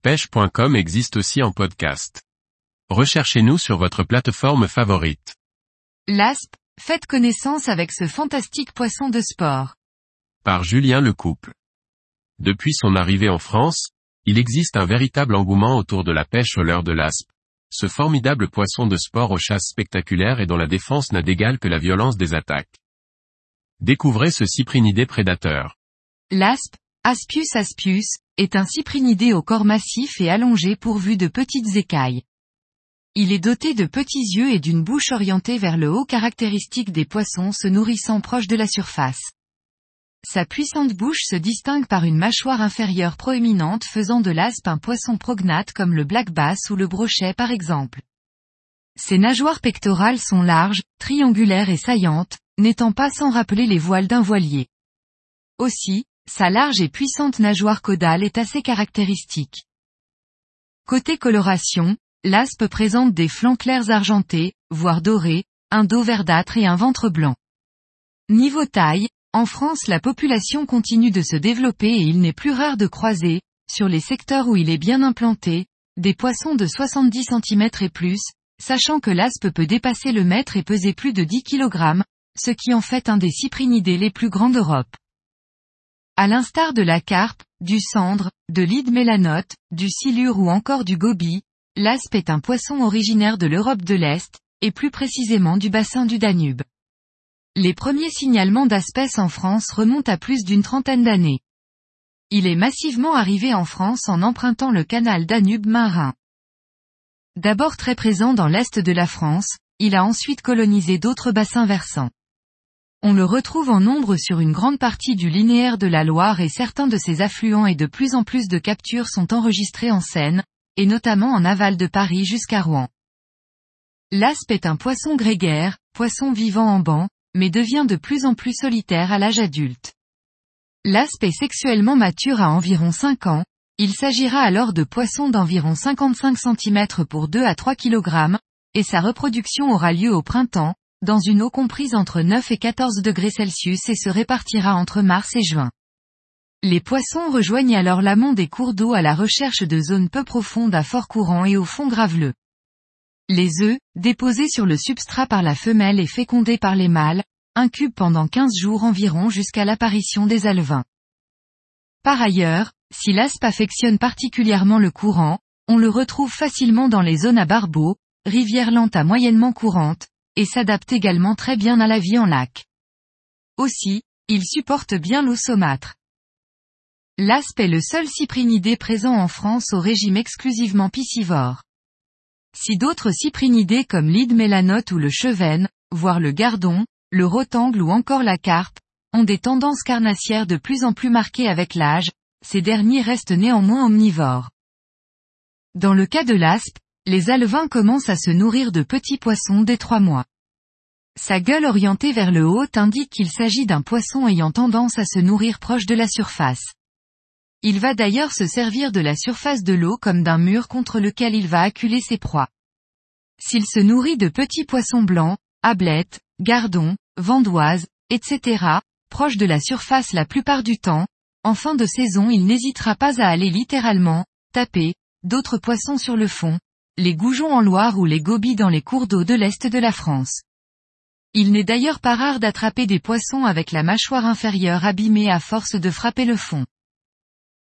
pêche.com existe aussi en podcast. Recherchez-nous sur votre plateforme favorite. L'aspe, faites connaissance avec ce fantastique poisson de sport. Par Julien Lecouple. Depuis son arrivée en France, il existe un véritable engouement autour de la pêche au leurre de l'aspe. Ce formidable poisson de sport aux chasses spectaculaires et dont la défense n'a d'égal que la violence des attaques. Découvrez ce cyprinidé prédateur. L'aspe, Aspius aspius, est un cyprinidé au corps massif et allongé pourvu de petites écailles. Il est doté de petits yeux et d'une bouche orientée vers le haut, caractéristique des poissons se nourrissant proche de la surface. Sa puissante bouche se distingue par une mâchoire inférieure proéminente faisant de l'aspe un poisson prognate comme le black bass ou le brochet par exemple. Ses nageoires pectorales sont larges, triangulaires et saillantes, n'étant pas sans rappeler les voiles d'un voilier. Aussi, sa large et puissante nageoire caudale est assez caractéristique. Côté coloration, l'aspe présente des flancs clairs argentés, voire dorés, un dos verdâtre et un ventre blanc. Niveau taille, en France la population continue de se développer et il n'est plus rare de croiser, sur les secteurs où il est bien implanté, des poissons de 70 cm et plus, sachant que l'aspe peut dépasser le mètre et peser plus de 10 kg, ce qui en fait un des cyprinidés les plus grands d'Europe. À l'instar de la carpe, du cendre, de l'hydre mélanote, du silure ou encore du gobie, l'aspe est un poisson originaire de l'Europe de l'Est, et plus précisément du bassin du Danube. Les premiers signalements d'espèces en France remontent à plus d'une trentaine d'années. Il est massivement arrivé en France en empruntant le canal Danube-Main-Rhin. D'abord très présent dans l'est de la France, il a ensuite colonisé d'autres bassins versants. On le retrouve en nombre sur une grande partie du linéaire de la Loire et certains de ses affluents et de plus en plus de captures sont enregistrés en Seine, et notamment en aval de Paris jusqu'à Rouen. L'aspe est un poisson grégaire, poisson vivant en banc, mais devient de plus en plus solitaire à l'âge adulte. L'aspe est sexuellement mature à environ 5 ans, il s'agira alors de poissons d'environ 55 cm pour 2 à 3 kg, et sa reproduction aura lieu au printemps, dans une eau comprise entre 9 et 14 degrés Celsius et se répartira entre mars et juin. Les poissons rejoignent alors l'amont des cours d'eau à la recherche de zones peu profondes à fort courant et au fond graveleux. Les œufs, déposés sur le substrat par la femelle et fécondés par les mâles, incubent pendant 15 jours environ jusqu'à l'apparition des alevins. Par ailleurs, si l'aspe affectionne particulièrement le courant, on le retrouve facilement dans les zones à barbeaux, rivières lentes à moyennement courantes, et s'adapte également très bien à la vie en lac. Aussi, il supporte bien l'eau saumâtre. L'aspe est le seul cyprinidé présent en France au régime exclusivement piscivore. Si d'autres cyprinidés comme l'hydre mélanote ou le chevenne, voire le gardon, le rotangle ou encore la carpe, ont des tendances carnassières de plus en plus marquées avec l'âge, ces derniers restent néanmoins omnivores. Dans le cas de l'aspe, les alevins commencent à se nourrir de petits poissons dès 3 mois. Sa gueule orientée vers le haut indique qu'il s'agit d'un poisson ayant tendance à se nourrir proche de la surface. Il va d'ailleurs se servir de la surface de l'eau comme d'un mur contre lequel il va acculer ses proies. S'il se nourrit de petits poissons blancs, ablettes, gardons, vandoises, etc., proches de la surface la plupart du temps, en fin de saison il n'hésitera pas à aller littéralement taper d'autres poissons sur le fond, les goujons en Loire ou les gobies dans les cours d'eau de l'Est de la France. Il n'est d'ailleurs pas rare d'attraper des poissons avec la mâchoire inférieure abîmée à force de frapper le fond.